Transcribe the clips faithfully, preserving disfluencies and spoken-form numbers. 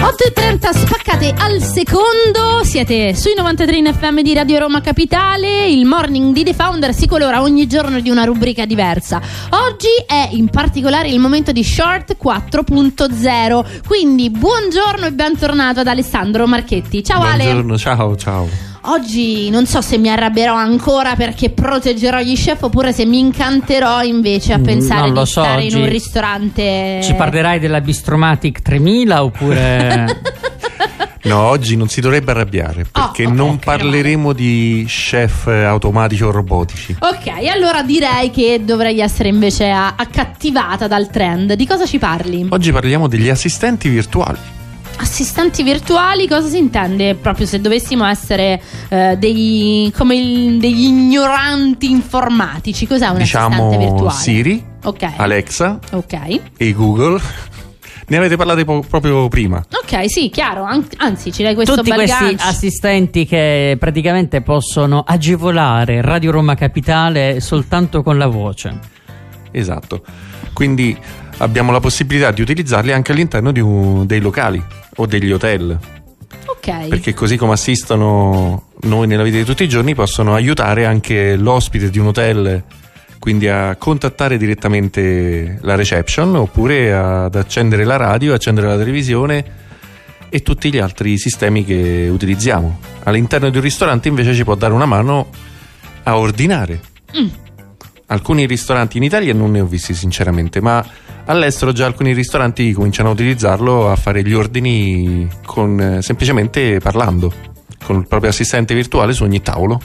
otto e trenta spaccate al secondo, siete sui novantatré in F M di Radio Roma Capitale. Il morning di The Founder si colora ogni giorno di una rubrica diversa. Oggi è in particolare il momento di Short quattro punto zero, quindi buongiorno e bentornato ad Alessandro Marchetti. Ciao Ale. Buongiorno, ciao ciao. Oggi non so se mi arrabbierò ancora perché proteggerò gli chef oppure se mi incanterò invece a pensare di so, stare in un ristorante. Ci parlerai della Bistromatic tremila oppure... No, oggi non si dovrebbe arrabbiare perché oh, non okay, parleremo di chef automatici o robotici. Ok, allora direi che dovrei essere invece accattivata dal trend. Di cosa ci parli? Oggi parliamo degli assistenti virtuali. Assistenti virtuali, cosa si intende? Proprio se dovessimo essere eh, dei, come il, degli ignoranti informatici, cos'è un diciamo assistente virtuale? Siri, okay. Alexa okay. e Google. Ne avete parlato po- proprio prima. Ok, sì, chiaro. An- anzi, ci dai questo tutti bel questi gancio. Assistenti che praticamente possono agevolare Radio Roma Capitale soltanto con la voce. Esatto. Quindi abbiamo la possibilità di utilizzarli anche all'interno di un, dei locali o degli hotel. Ok. Perché così come assistono noi nella vita di tutti i giorni, possono aiutare anche l'ospite di un hotel, quindi a contattare direttamente la reception oppure ad accendere la radio, accendere la televisione e tutti gli altri sistemi che utilizziamo. All'interno di un ristorante invece ci può dare una mano a ordinare. Mm. Alcuni ristoranti in Italia non ne ho visti sinceramente, ma all'estero già alcuni ristoranti cominciano a utilizzarlo, a fare gli ordini con semplicemente parlando con il proprio assistente virtuale su ogni tavolo.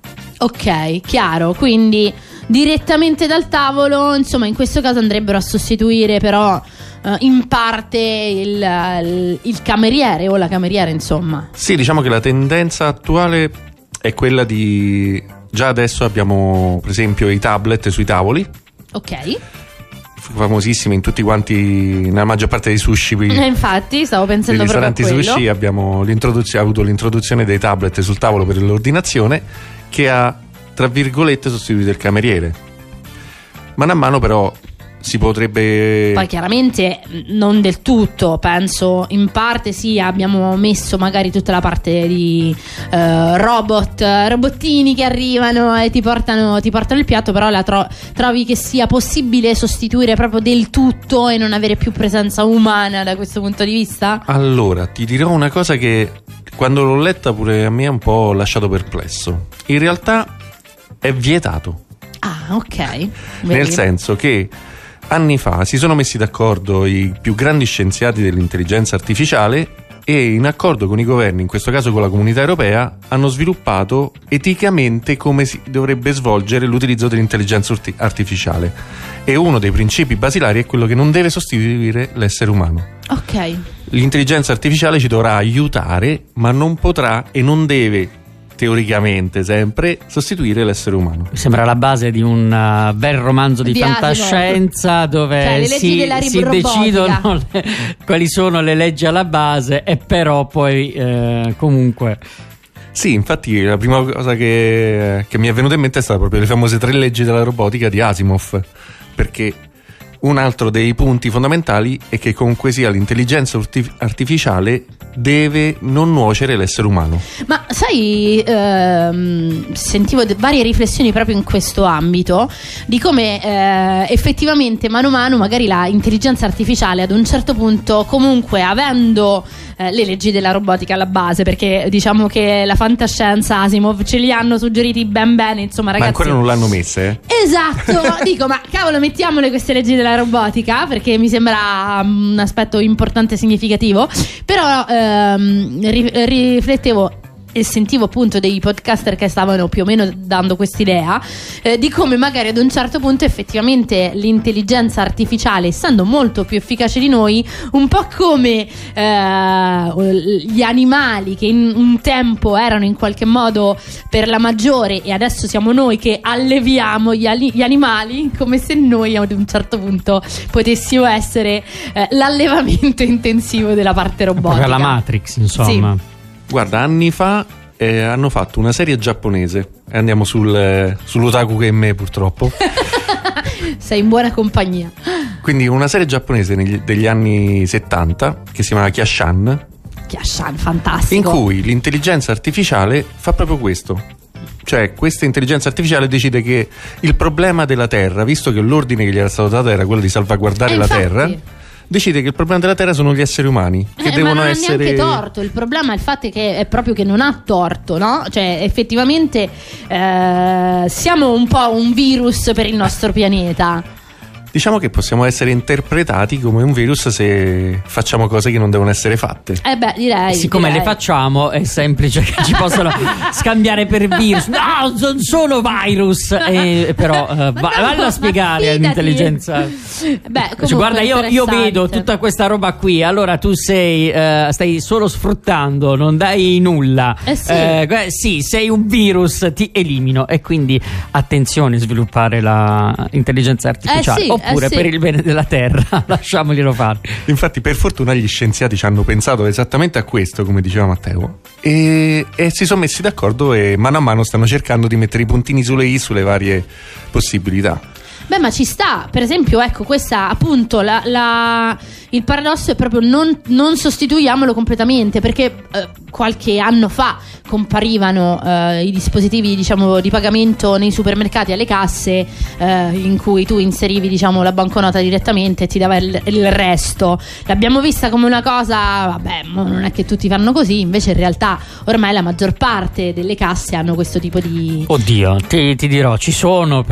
Ok, chiaro, quindi direttamente dal tavolo, insomma in questo caso andrebbero a sostituire però uh, in parte il, il, il cameriere o la cameriera, insomma. Sì, diciamo che la tendenza attuale è quella di... Già adesso abbiamo per esempio i tablet sui tavoli. Ok. Famosissimi in tutti quanti, nella maggior parte dei sushi. Eh, infatti stavo pensando proprio a quello. Nei ristoranti sushi abbiamo l'introduzione, avuto l'introduzione dei tablet sul tavolo per l'ordinazione, che ha tra virgolette sostituito il cameriere. Mano a mano però si potrebbe... Poi chiaramente non del tutto, penso in parte sì, abbiamo messo magari tutta la parte di uh, robot, robottini che arrivano e ti portano, ti portano il piatto, però la tro- trovi che sia possibile sostituire proprio del tutto e non avere più presenza umana da questo punto di vista? Allora, ti dirò una cosa che quando l'ho letta pure a me ha un po' lasciato perplesso. In realtà è vietato. Ah, ok. Vedi? Nel senso che anni fa si sono messi d'accordo i più grandi scienziati dell'intelligenza artificiale e in accordo con i governi, in questo caso con la comunità europea, hanno sviluppato eticamente come si dovrebbe svolgere l'utilizzo dell'intelligenza artificiale. E uno dei principi basilari è quello che non deve sostituire l'essere umano. Ok. L'intelligenza artificiale ci dovrà aiutare, ma non potrà e non deve, teoricamente sempre, sostituire l'essere umano. Mi sembra la base di un uh, bel romanzo di, di fantascienza Asimov, dove cioè, si, si decidono le, quali sono le leggi alla base e però poi eh, comunque... Sì, infatti la prima cosa che, che mi è venuta in mente è stata proprio le famose tre leggi della robotica di Asimov, perché un altro dei punti fondamentali è che comunque sia l'intelligenza artificiale deve non nuocere l'essere umano. Ma sai, ehm, sentivo de- varie riflessioni proprio in questo ambito di come eh, effettivamente mano a mano magari la intelligenza artificiale ad un certo punto, comunque avendo eh, le leggi della robotica alla base, perché diciamo che la fantascienza Asimov ce li hanno suggeriti ben bene, insomma ragazzi. Ma ancora non l'hanno messe? Eh? Esatto, dico, ma cavolo, mettiamole queste leggi della robotica perché mi sembra um, un aspetto importante e significativo. Però ehm, ri- riflettevo e sentivo appunto dei podcaster che stavano più o meno dando quest'idea eh, di come magari ad un certo punto effettivamente l'intelligenza artificiale, essendo molto più efficace di noi, un po' come eh, gli animali che in un tempo erano in qualche modo per la maggiore e adesso siamo noi che alleviamo gli, ali- gli animali, come se noi ad un certo punto potessimo essere eh, l'allevamento intensivo della parte robotica. La Matrix, insomma. Sì. Guarda, anni fa eh, hanno fatto una serie giapponese e andiamo sul, eh, sull'otaku che è me purtroppo. Sei in buona compagnia. Quindi una serie giapponese negli, degli anni settanta che si chiama Kyashan. Kyashan, fantastico. In cui l'intelligenza artificiale fa proprio questo. Cioè questa intelligenza artificiale decide che il problema della Terra, visto che l'ordine che gli era stato dato era quello di salvaguardare eh, la infatti. Terra, decide che il problema della Terra sono gli esseri umani che eh, devono ma non essere... ha neanche torto. Il problema è il fatto che è proprio che non ha torto, no? Cioè effettivamente eh, siamo un po' un virus per il nostro pianeta. Diciamo che possiamo essere interpretati come un virus se facciamo cose che non devono essere fatte. Eh beh, direi. Siccome direi. le facciamo, è semplice che ci possono scambiare per virus. No, non sono virus. Eh, però, uh, va, no, vallo a spiegare all'intelligenza. Beh, cioè, guarda, io, io vedo tutta questa roba qui. Allora tu sei, uh, stai solo sfruttando, non dai nulla. Eh sì. Uh, sì, sei un virus, ti elimino. E quindi attenzione a sviluppare l'intelligenza artificiale. Eh sì. Oppure eh sì. per il bene della Terra, lasciamoglielo fare. Infatti, per fortuna, gli scienziati ci hanno pensato esattamente a questo, come diceva Matteo, e, e si sono messi d'accordo e mano a mano stanno cercando di mettere i puntini sulle i sulle varie possibilità. Beh, ma ci sta, per esempio, ecco, questa appunto la, la, il paradosso è proprio non, non sostituiamolo completamente, perché eh, qualche anno fa comparivano eh, i dispositivi, diciamo, di pagamento nei supermercati alle casse, eh, in cui tu inserivi, diciamo, la banconota direttamente e ti dava il, il resto. L'abbiamo vista come una cosa, vabbè, non è che tutti fanno così, invece in realtà ormai la maggior parte delle casse hanno questo tipo di... Oddio, ti, ti dirò, ci sono,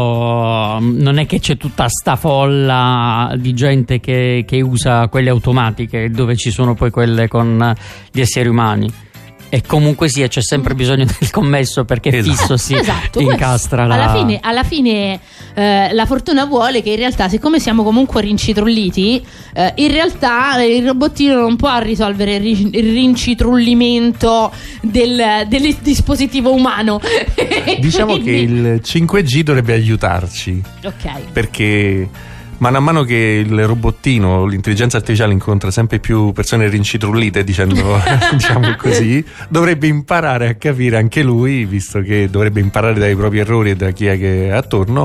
però non è che c'è tutta sta folla di gente che, che usa quelle automatiche, dove ci sono poi quelle con gli esseri umani. E comunque sia, c'è sempre bisogno del commesso, perché esatto. fisso si esatto, incastra la... alla fine, alla fine eh, la fortuna vuole che in realtà, siccome siamo comunque rincitrulliti, eh, in realtà il robottino non può risolvere il, rin- il rincitrullimento del, del dispositivo umano. Diciamo Quindi... che il cinque G dovrebbe aiutarci, ok, perché mano a mano che il robottino, l'intelligenza artificiale, incontra sempre più persone rincitrullite, dicendo diciamo così, dovrebbe imparare a capire anche lui, visto che dovrebbe imparare dai propri errori e da chi è che è attorno,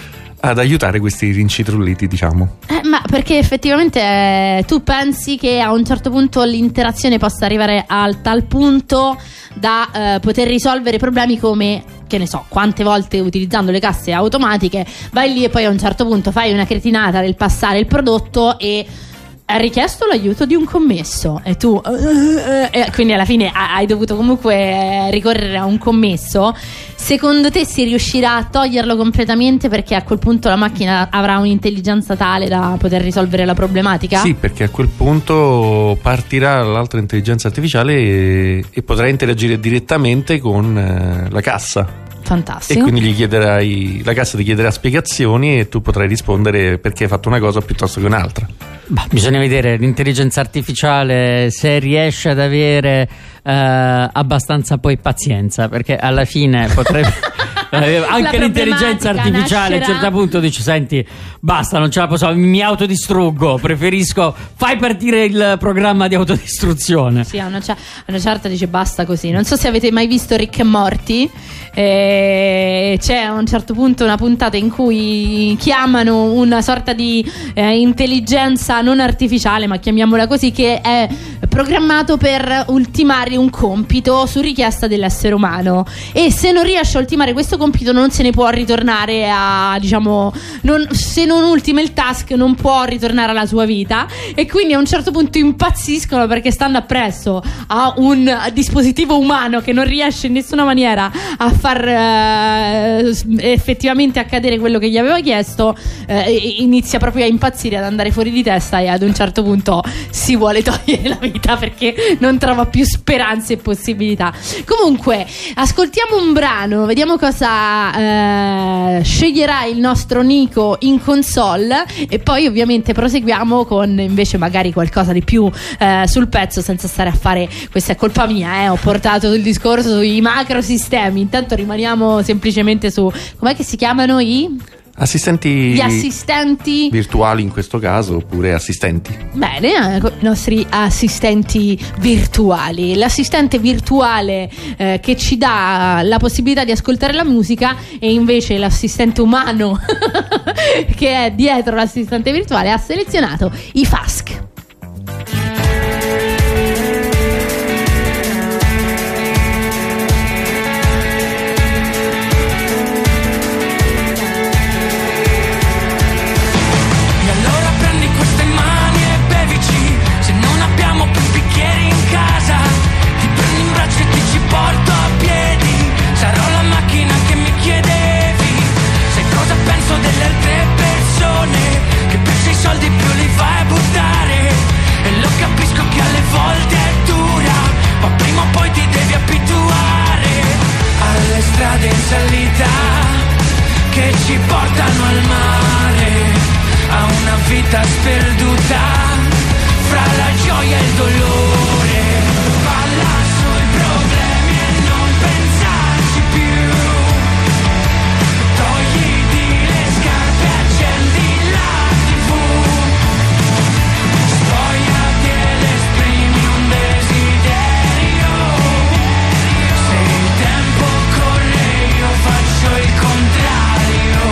ad aiutare questi rincitrulliti, diciamo. Eh, ma perché effettivamente eh, tu pensi che a un certo punto l'interazione possa arrivare al tal punto da eh, poter risolvere problemi come, che ne so, quante volte utilizzando le casse automatiche vai lì e poi a un certo punto fai una cretinata nel passare il prodotto e ha richiesto l'aiuto di un commesso e tu uh, uh, e quindi alla fine hai dovuto comunque ricorrere a un commesso. Secondo te si riuscirà a toglierlo completamente, perché a quel punto la macchina avrà un'intelligenza tale da poter risolvere la problematica? Sì, perché a quel punto partirà l'altra intelligenza artificiale e, e potrà interagire direttamente con eh, la cassa. Fantastico. E quindi gli chiederai, la cassa ti chiederà spiegazioni e tu potrai rispondere perché hai fatto una cosa piuttosto che un'altra. Bah, bisogna vedere l'intelligenza artificiale se riesce ad avere eh, abbastanza poi pazienza, perché alla fine potrebbe eh, anche l'intelligenza artificiale nascerà... a un certo punto dice: senti, basta, non ce la posso, mi autodistruggo, preferisco fai partire il programma di autodistruzione. Sì, a una, a una certa dice basta così. Non so se avete mai visto Rick e Morty, eh, c'è a un certo punto una puntata in cui chiamano una sorta di eh, intelligenza non artificiale, ma chiamiamola così, che è programmato per ultimare un compito su richiesta dell'essere umano, e se non riesce a ultimare questo compito non se ne può ritornare a, diciamo, non, se non ultima il task non può ritornare alla sua vita, e quindi a un certo punto impazziscono perché stanno appresso a un dispositivo umano che non riesce in nessuna maniera a far eh, effettivamente accadere quello che gli aveva chiesto. eh, inizia proprio a impazzire, ad andare fuori di testa, e ad un certo punto si vuole togliere la vita perché non trova più speranze e possibilità. Comunque ascoltiamo un brano, vediamo cosa eh, sceglierà il nostro Nico in console, e poi ovviamente proseguiamo con invece magari qualcosa di più eh, sul pezzo, senza stare a fare questa è colpa mia, eh, ho portato il discorso sui macrosistemi. Intanto rimaniamo semplicemente su, com'è che si chiamano i assistenti, gli assistenti virtuali in questo caso, oppure assistenti. Bene, i nostri assistenti virtuali. L'assistente virtuale eh, che ci dà la possibilità di ascoltare la musica, e invece l'assistente umano che è dietro l'assistente virtuale, ha selezionato i F A S C. Strade in salita che ci portano al mare, a una vita sperduta fra la gioia e il dolore. Balla sui problemi e non pensarci più, togliti le scarpe, accendi la tivù, spogliati ed esprimi un desiderio. Se il tempo faccio il contrario,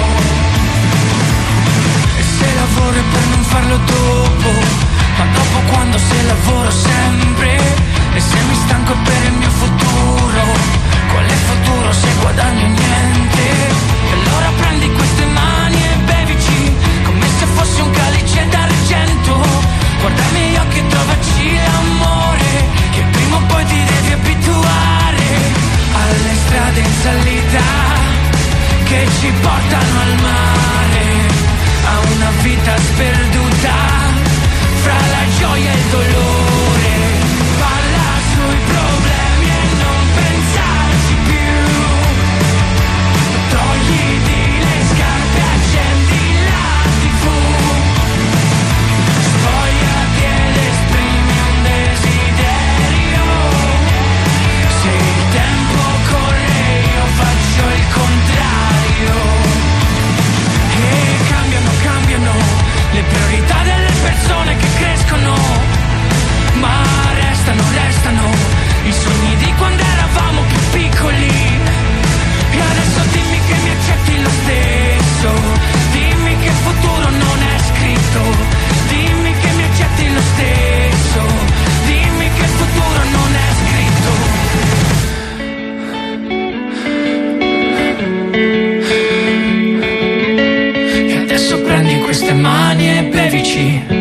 e se lavoro per non farlo dopo, ma dopo quando se lavoro sempre, e se mi stanco per il mio futuro, quale futuro se guadagno niente? E allora prendi queste mani e bevici come se fosse un calice d'argento, guarda i miei occhi e trovaci l'amore che prima o poi ti devi abituare alle strade in salita che ci portano al mare, a una vita sperduta fra la gioia e il dolore. Balla sui problemi e non pensarci più, togliti le scarpe, accendi la tivù, spogliati ed esprimi un desiderio. Se il tempo corre io faccio il contrario, e cambiano, cambiano le priorità delle persone che crescono, ma restano, restano i sogni di quando eravamo più piccoli. E adesso dimmi che mi accetti lo stesso, dimmi che il futuro non è scritto, dimmi che mi accetti lo stesso, dimmi che il futuro non è scritto. E adesso prendi queste mani e bevici.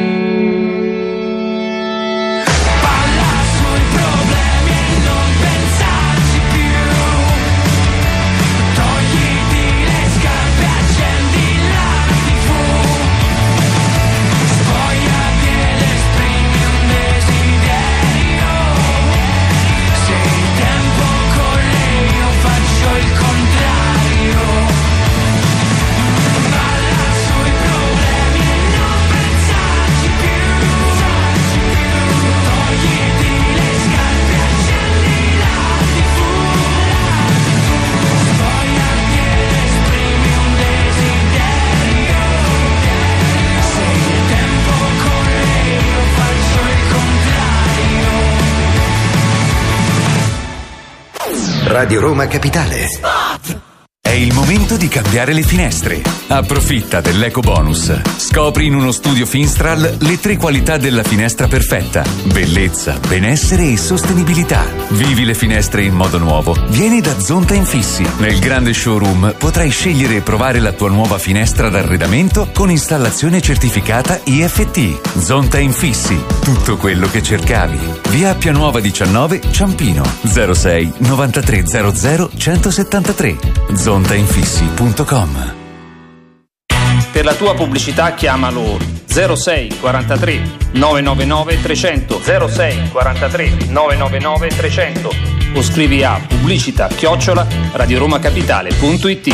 Radio Roma Capitale. È il momento di cambiare le finestre. Approfitta dell'eco bonus. Scopri in uno studio Finstral le tre qualità della finestra perfetta: bellezza, benessere e sostenibilità. Vivi le finestre in modo nuovo. Vieni da Zonta Infissi. Nel grande showroom potrai scegliere e provare la tua nuova finestra d'arredamento con installazione certificata I F T. Zonta Infissi. Tutto quello che cercavi. Via Appia Nuova diciannove, Ciampino. zero sei novantatré zero zero centosettantatré. zonta infissi punto com. Per la tua pubblicità chiamalo zero sei quarantatré novecentonovantanove trecento, zero sei quarantatré novecentonovantanove trecento, o scrivi a pubblicità chiocciola radioromacapitale punto it.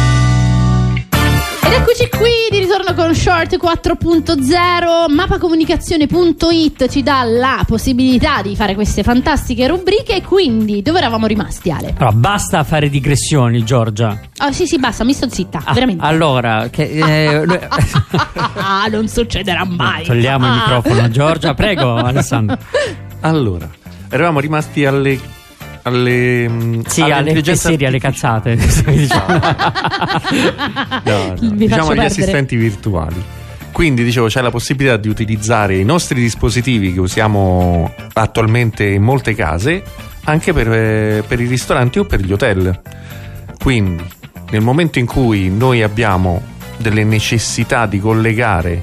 Ed eccoci qui di ritorno con Short quattro punto zero. Mappacomunicazione punto it ci dà la possibilità di fare queste fantastiche rubriche. E quindi dove eravamo rimasti, Ale? Però basta fare digressioni, Giorgia. Oh, sì sì, basta, mi sto zitta, ah, veramente. Allora che, eh, ah, non succederà mai. Togliamo ah. il microfono, Giorgia. Prego, Alessandro. Allora, eravamo rimasti alle alle sì, alle serie, alle cazzate. Diciamo, no, no, diciamo agli assistenti virtuali. Quindi dicevo, c'è la possibilità di utilizzare i nostri dispositivi che usiamo attualmente in molte case anche per, per i ristoranti o per gli hotel. Quindi nel momento in cui noi abbiamo delle necessità di collegare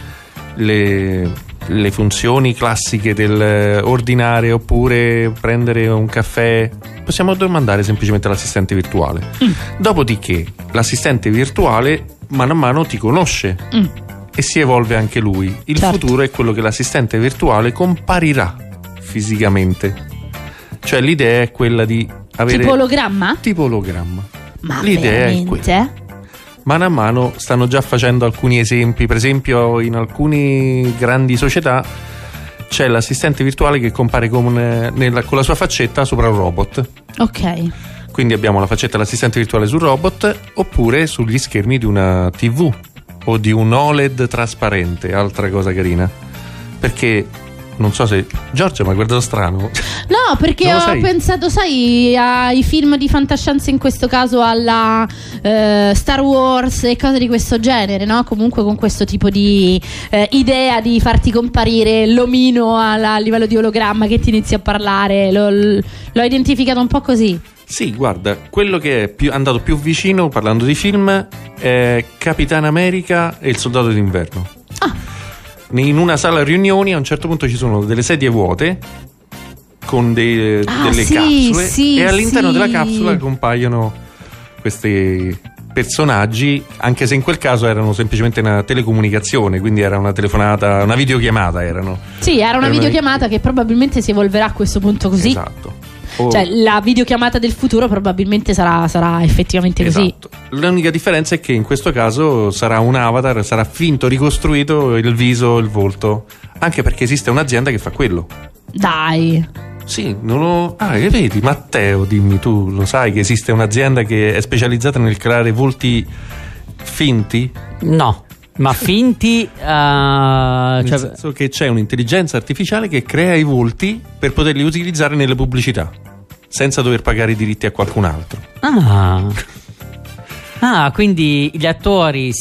le, le funzioni classiche del ordinare oppure prendere un caffè, possiamo domandare semplicemente all'assistente virtuale. Mm. Dopodiché l'assistente virtuale mano a mano ti conosce mm. e si evolve anche lui. Il certo. futuro è quello che l'assistente virtuale comparirà fisicamente. Cioè l'idea è quella di avere tipo ologramma? Tipo ologramma. Ma l'idea veramente? È quella. Mano a mano stanno già facendo alcuni esempi. Per esempio in alcune grandi società c'è l'assistente virtuale che compare con, nella, con la sua faccetta sopra un robot. Ok. Quindi abbiamo la faccetta dell'assistente virtuale sul robot oppure sugli schermi di una tivù o di un O L E D trasparente, altra cosa carina. Perché non so se Giorgia mi ha guardato strano. No, perché ho sai? pensato, sai, ai film di fantascienza, in questo caso alla eh, Star Wars e cose di questo genere, no? Comunque con questo tipo di eh, idea di farti comparire l'omino alla, a livello di ologramma che ti inizia a parlare. Lo, l'ho identificato un po' così. Sì, guarda, quello che è più, andato più vicino, parlando di film, è Capitan America e il Soldato d'Inverno. Ah. In una sala riunioni a un certo punto ci sono delle sedie vuote con dei, ah, delle sì, capsule sì, e all'interno sì. della capsula compaiono questi personaggi, anche se in quel caso erano semplicemente una telecomunicazione, quindi era una telefonata, una videochiamata erano. Sì, era una era videochiamata una... che probabilmente si evolverà a questo punto così. Esatto. Oh. Cioè la videochiamata del futuro probabilmente sarà, sarà effettivamente così. Esatto. L'unica differenza è che in questo caso sarà un avatar, sarà finto, ricostruito il viso, il volto, anche perché esiste un'azienda che fa quello. Dai. Sì, non lo... Ah, che vedi, Matteo, dimmi, tu lo sai che esiste un'azienda che è specializzata nel creare volti finti? No. Ma finti uh, nel cioè... senso che c'è un'intelligenza artificiale che crea i volti per poterli utilizzare nelle pubblicità senza dover pagare i diritti a qualcun altro. Ah, ah quindi gli attori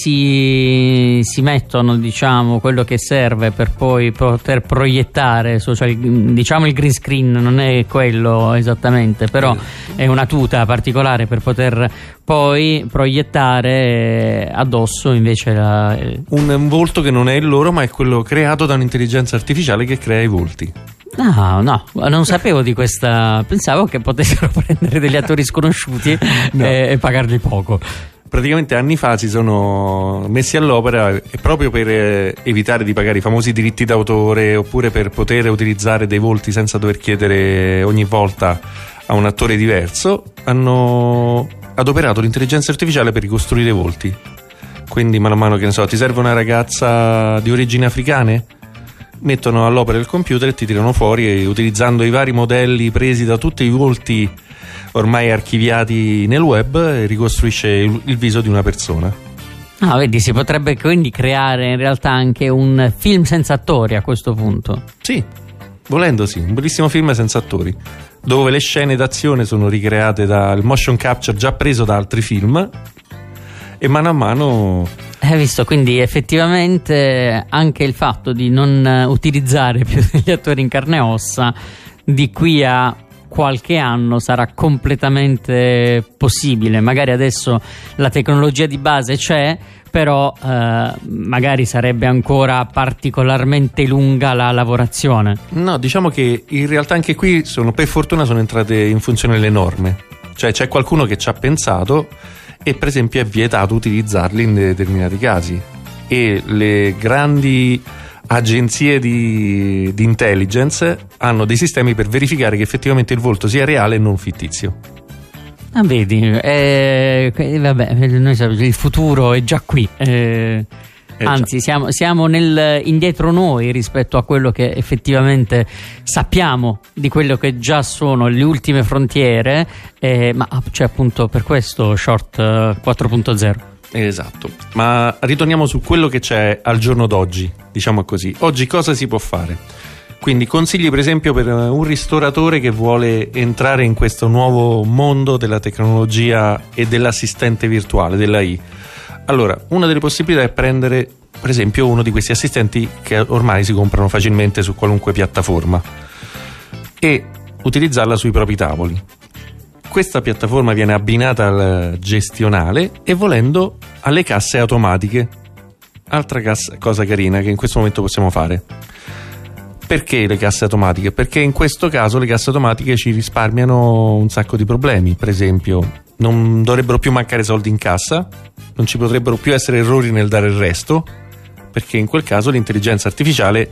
si, si mettono, diciamo, quello che serve per poi poter proiettare, cioè, diciamo il green screen non è quello esattamente, però è una tuta particolare per poter poi proiettare addosso invece la... un, un volto che non è il loro, ma è quello creato da un'intelligenza artificiale che crea i volti. No, no, non sapevo di questa. Pensavo che potessero prendere degli attori sconosciuti no. e, e pagarli poco. Praticamente anni fa si sono messi all'opera e proprio per eh, evitare di pagare i famosi diritti d'autore oppure per poter utilizzare dei volti senza dover chiedere ogni volta a un attore diverso, hanno adoperato l'intelligenza artificiale per ricostruire i volti. Quindi mano a mano, che ne so, ti serve una ragazza di origini africane? Mettono all'opera il computer e ti tirano fuori, e utilizzando i vari modelli presi da tutti i volti ormai archiviati nel web, ricostruisce il, il viso di una persona. Ah, vedi, si potrebbe quindi creare in realtà anche un film senza attori a questo punto. Sì, volendo sì, un bellissimo film senza attori, dove le scene d'azione sono ricreate dal motion capture già preso da altri film e mano a mano... Hai visto, quindi effettivamente anche il fatto di non utilizzare più degli attori in carne e ossa di qui a qualche anno sarà completamente possibile. Magari adesso la tecnologia di base c'è, però eh, magari sarebbe ancora particolarmente lunga la lavorazione. No, diciamo che in realtà anche qui sono, per fortuna sono entrate in funzione le norme, cioè c'è qualcuno che ci ha pensato e per esempio è vietato utilizzarli in determinati casi, e le grandi agenzie di, di intelligence hanno dei sistemi per verificare che effettivamente il volto sia reale e non fittizio. Ah, vedi, eh, vabbè, noi sappiamo, il futuro è già qui, eh, eh, anzi già. Siamo, siamo nel indietro noi rispetto a quello che effettivamente sappiamo di quello che già sono le ultime frontiere, eh, ma c'è appunto per questo Short quattro punto zero. Esatto, ma ritorniamo su quello che c'è al giorno d'oggi, diciamo così. Oggi cosa si può fare? Quindi consigli per esempio per un ristoratore che vuole entrare in questo nuovo mondo della tecnologia e dell'assistente virtuale, dell'A I. Allora, una delle possibilità è prendere per esempio uno di questi assistenti che ormai si comprano facilmente su qualunque piattaforma e utilizzarla sui propri tavoli. Questa piattaforma viene abbinata al gestionale e volendo alle casse automatiche. Altra cassa, cosa carina che in questo momento possiamo fare. Perché le casse automatiche? Perché in questo caso le casse automatiche ci risparmiano un sacco di problemi. Per esempio, non dovrebbero più mancare soldi in cassa, non ci potrebbero più essere errori nel dare il resto, perché in quel caso l'intelligenza artificiale,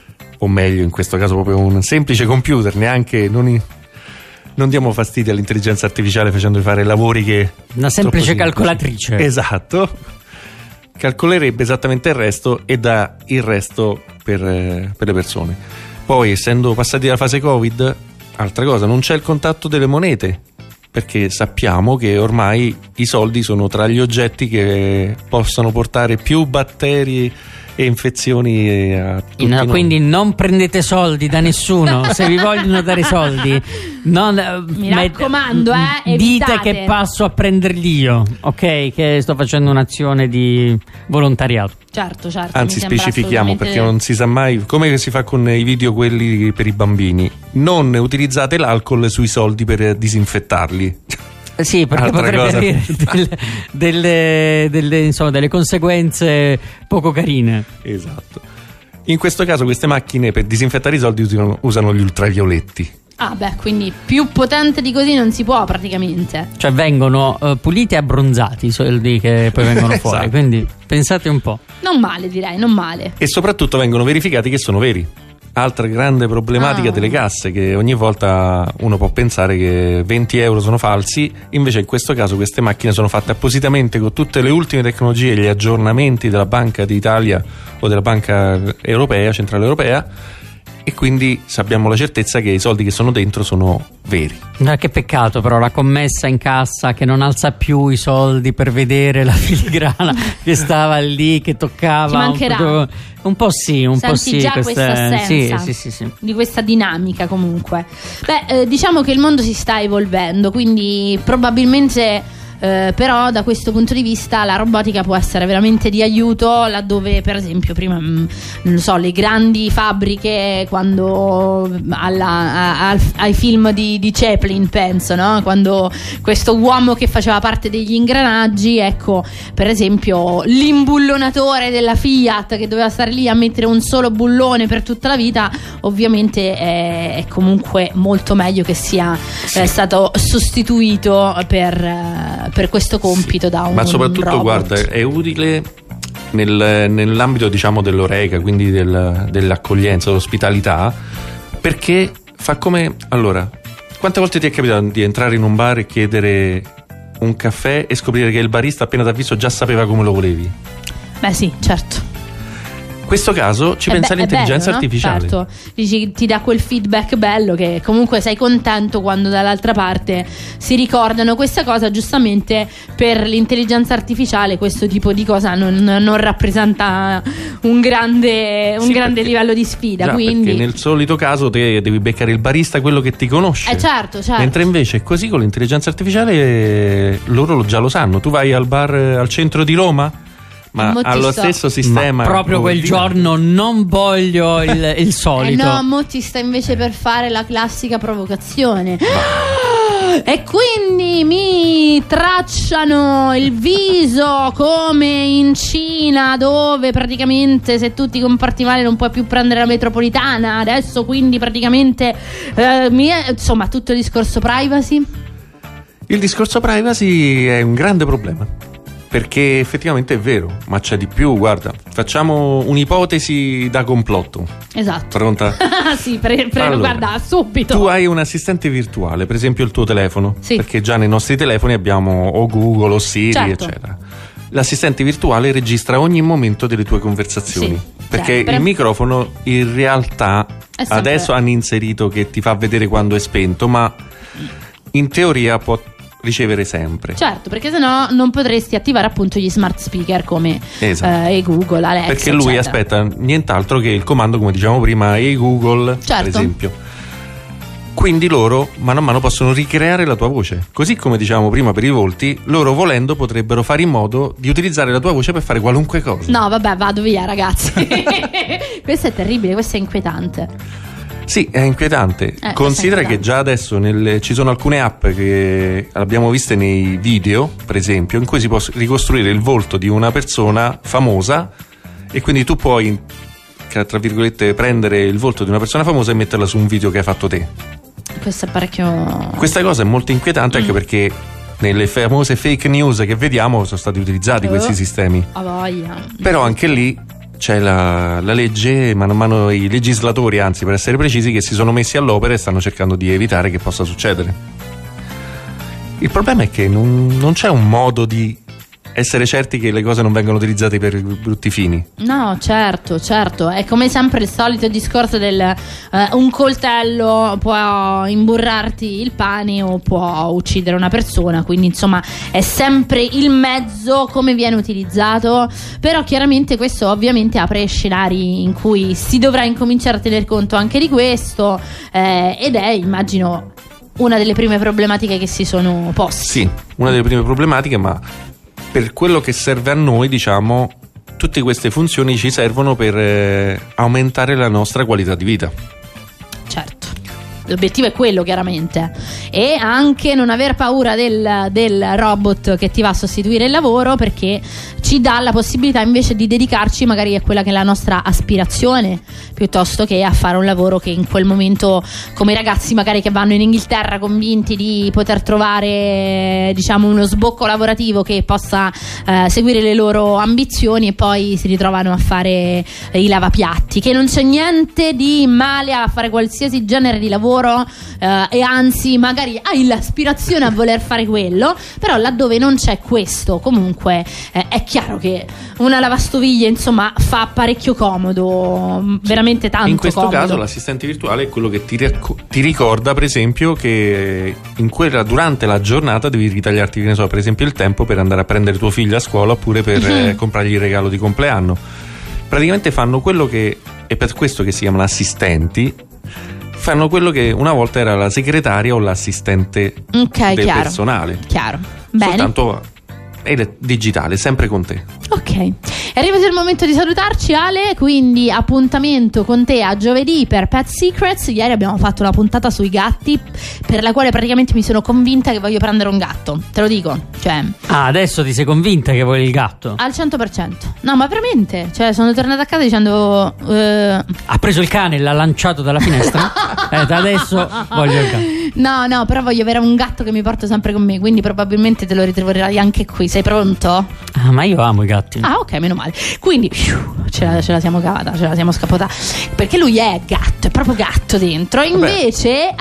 o meglio in questo caso proprio un semplice computer, neanche non, in, non diamo fastidio all'intelligenza artificiale facendo fare lavori che... Una semplice calcolatrice. Esatto. Calcolerebbe esattamente il resto e dà il resto per, eh, per le persone. Poi, essendo passati dalla fase Covid, altra cosa, non c'è il contatto delle monete, perché sappiamo che ormai i soldi sono tra gli oggetti che possono portare più batteri e infezioni a tutti no, noi. Quindi non prendete soldi da nessuno. Se vi vogliono dare soldi, non, mi raccomando, eh, dite evitate. che passo a prenderli io, ok? Che sto facendo un'azione di volontariato. Certo, certo. Anzi, mi sembra specifichiamo assolutamente... perché non si sa mai come si fa con i video quelli per i bambini. Non utilizzate l'alcol sui soldi per disinfettarli. Sì, perché Altra potrebbe cosa. avere delle, delle, delle, insomma, delle conseguenze poco carine. Esatto. In questo caso queste macchine per disinfettare i soldi usano, usano gli ultravioletti. Ah beh, quindi più potente di così non si può praticamente. Cioè vengono uh, puliti e abbronzati i soldi che poi vengono fuori. Esatto. Quindi pensate un po'. Non male, direi, non male. E soprattutto vengono verificati che sono veri. Altra grande problematica Ah. delle casse, che ogni volta uno può pensare che venti euro sono falsi, invece in questo caso queste macchine sono fatte appositamente con tutte le ultime tecnologie, gli aggiornamenti della Banca d'Italia o della Banca Europea, Centrale Europea, e quindi abbiamo la certezza che i soldi che sono dentro sono veri. No, che peccato però la commessa in cassa che non alza più i soldi per vedere la filigrana che stava lì, che toccava. Ti mancherà. Un po', un po' sì, un Senti po' sì. già queste- questa assenza sì, sì, sì, sì. di questa dinamica comunque. Beh, eh, diciamo che il mondo si sta evolvendo, quindi probabilmente eh, però da questo punto di vista la robotica può essere veramente di aiuto laddove per esempio prima mh, non so, le grandi fabbriche, quando alla, a- al- ai film di, di Chaplin penso, no? Quando questo uomo che faceva parte degli ingranaggi, ecco per esempio l'imbullonatore della Fiat che doveva stare lì a mettere un solo bullone per tutta la vita, ovviamente è, è comunque molto meglio che sia eh, stato sostituito per, eh, per questo compito da un Ma soprattutto, robot. guarda, è utile nel- nell'ambito diciamo dell'oreca, quindi del- dell'accoglienza, dell'ospitalità, perché fa come... Allora, quante volte ti è capitato di entrare in un bar e chiedere un caffè e scoprire che il barista appena ti ha visto già sapeva come lo volevi? Beh sì, certo. In questo caso ci È pensa be- è l'intelligenza bello, no? artificiale. Certo. Dici, ti dà quel feedback bello che comunque sei contento quando dall'altra parte si ricordano questa cosa. Giustamente per l'intelligenza artificiale questo tipo di cosa non, non rappresenta un grande, un Sì, grande perché- livello di sfida, Già, quindi perché nel solito caso te devi beccare il barista, quello che ti conosce. eh certo, certo. Mentre invece così con l'intelligenza artificiale eh, loro lo- già lo sanno. Tu vai al bar eh, al centro di Roma, ma Mo ti allo sto- stesso sistema. Ma proprio quel ordinario. giorno non voglio il, il Eh solito. no, mo ti sta invece per fare la classica provocazione. E quindi mi tracciano il viso come in Cina, dove praticamente se tu ti comporti male non puoi più prendere la metropolitana. Adesso quindi praticamente eh, mi è- insomma tutto il discorso privacy. Il discorso privacy è un grande problema, perché effettivamente è vero, ma c'è di più. Guarda, facciamo un'ipotesi da complotto. Esatto. Pronta? Sì, pre- pre- Allora, guarda, subito. Tu hai un assistente virtuale, per esempio il tuo telefono, Sì. perché già nei nostri telefoni abbiamo o Google o Siri, Certo. eccetera. L'assistente virtuale registra ogni momento delle tue conversazioni, Sì, perché sempre. il microfono in realtà È sempre- adesso hanno inserito che ti fa vedere quando è spento, ma in teoria può ricevere sempre. Certo, perché sennò non potresti attivare appunto gli smart speaker come Esatto. eh, e Google, Alexa, perché lui eccetera. aspetta nient'altro che il comando, come dicevamo prima, e Google, Certo. per esempio. Quindi loro mano a mano possono ricreare la tua voce, così come dicevamo prima per i volti, loro volendo potrebbero fare in modo di utilizzare la tua voce per fare qualunque cosa. No, vabbè, vado via, ragazzi. Questo è terribile, questo è inquietante. Sì, è inquietante. Eh, Considera questo è che già adesso nelle, ci sono alcune app che abbiamo viste nei video, per esempio, in cui si può ricostruire il volto di una persona famosa, e quindi tu puoi, tra virgolette, prendere il volto di una persona famosa e metterla su un video che hai fatto te. Questo è parecchio. Questa cosa è molto inquietante anche Mm. perché nelle famose fake news che vediamo sono stati utilizzati Oh. questi sistemi. A voglia. Però anche lì c'è la, la legge, mano a mano i legislatori, anzi per essere precisi, che si sono messi all'opera e stanno cercando di evitare che possa succedere. Il problema è che non, non c'è un modo di essere certi che le cose non vengano utilizzate per brutti fini. No, certo, certo. È come sempre il solito discorso del eh, un coltello può imburrarti il pane o può uccidere una persona, quindi insomma è sempre il mezzo come viene utilizzato. Però chiaramente questo ovviamente apre scenari in cui si dovrà incominciare a tener conto anche di questo, eh, ed è, immagino, una delle prime problematiche che si sono poste. Sì, una delle prime problematiche, ma per quello che serve a noi, diciamo, tutte queste funzioni ci servono per eh, aumentare la nostra qualità di vita. Certo, l'obiettivo è quello, chiaramente, e anche non aver paura del, del robot che ti va a sostituire il lavoro, perché ci dà la possibilità invece di dedicarci magari a quella che è la nostra aspirazione, piuttosto che a fare un lavoro che in quel momento, come i ragazzi magari che vanno in Inghilterra convinti di poter trovare, diciamo, uno sbocco lavorativo che possa eh, seguire le loro ambizioni, e poi si ritrovano a fare eh, i lavapiatti, che non c'è niente di male a fare qualsiasi genere di lavoro, eh, e anzi magari hai l'aspirazione a voler fare quello, però laddove non c'è questo comunque eh, è chiaro che una lavastoviglie insomma fa parecchio comodo, veramente tanto in questo comodo. caso l'assistente virtuale è quello che ti, racco- ti ricorda, per esempio, che in quella, durante la giornata devi ritagliarti, che ne so, per esempio il tempo per andare a prendere tuo figlio a scuola, oppure per Mhm. eh, comprargli il regalo di compleanno. Praticamente fanno quello che, è per questo che si chiamano assistenti, fanno quello che una volta era la segretaria o l'assistente Ok, del chiaro. personale. Chiaro. Bene. Soltanto ed è digitale, sempre con te. Ok, è arrivato il momento di salutarci, Ale, quindi appuntamento con te a giovedì per Pet Secrets. Ieri abbiamo fatto una puntata sui gatti, per la quale praticamente mi sono convinta che voglio prendere un gatto, te lo dico, cioè Ah, adesso ti sei convinta che vuoi il gatto? al cento per cento. No, ma veramente, cioè sono tornata a casa dicendo eh, Ha preso il cane e l'ha lanciato dalla finestra? Eh, da adesso voglio il gatto. no, no, però voglio avere un gatto che mi porta sempre con me, quindi probabilmente te lo ritroverai anche qui. Sei pronto? Ah, ma io amo i gatti. Ah, ok, meno male. Quindi fiu, ce, la, ce la siamo cavata, ce la siamo scappata. Perché lui è gatto, è proprio gatto dentro. Invece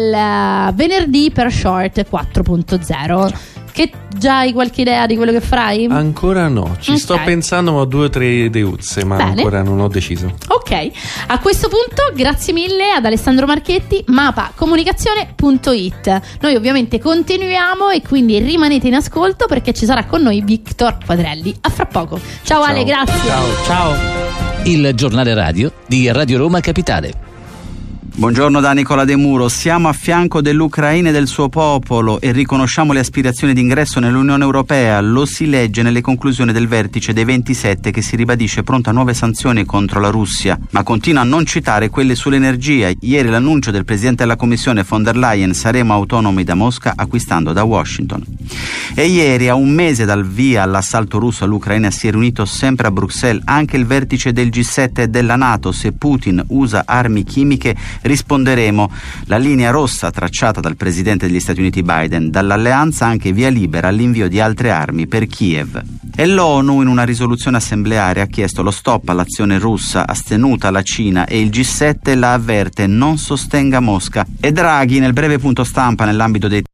al uh, venerdì per Short quattro punto zero. Che già hai qualche idea di quello che farai? Ancora no, ci Ok. sto pensando, ma ho due o tre deuzze, ma Bene. ancora non ho deciso. Ok, a questo punto grazie mille ad Alessandro Marchetti, mapacomunicazione punto it. Noi ovviamente continuiamo e quindi rimanete in ascolto perché ci sarà con noi Victor Quadrelli. A fra poco. Ciao, Ciao. Ale, grazie. Ciao, ciao. Il giornale radio di Radio Roma Capitale. Buongiorno da Nicola De Muro. Siamo a fianco dell'Ucraina e del suo popolo e riconosciamo le aspirazioni d'ingresso nell'Unione Europea. Lo si legge nelle conclusioni del vertice dei ventisette, che si ribadisce pronto a nuove sanzioni contro la Russia, ma continua a non citare quelle sull'energia. Ieri l'annuncio del Presidente della Commissione von der Leyen: saremo autonomi da Mosca acquistando da Washington. E ieri, a un mese dal via all'assalto russo all'Ucraina, si è riunito sempre a Bruxelles anche il vertice del G sette e della NATO. Se Putin usa armi chimiche, risponderemo. La linea rossa tracciata dal presidente degli Stati Uniti Biden, dall'alleanza anche via libera all'invio di altre armi per Kiev. E l'ONU in una risoluzione assembleare ha chiesto lo stop all'azione russa, astenuta la Cina, e il G sette la avverte: non sostenga Mosca. E Draghi, nel breve punto stampa nell'ambito dei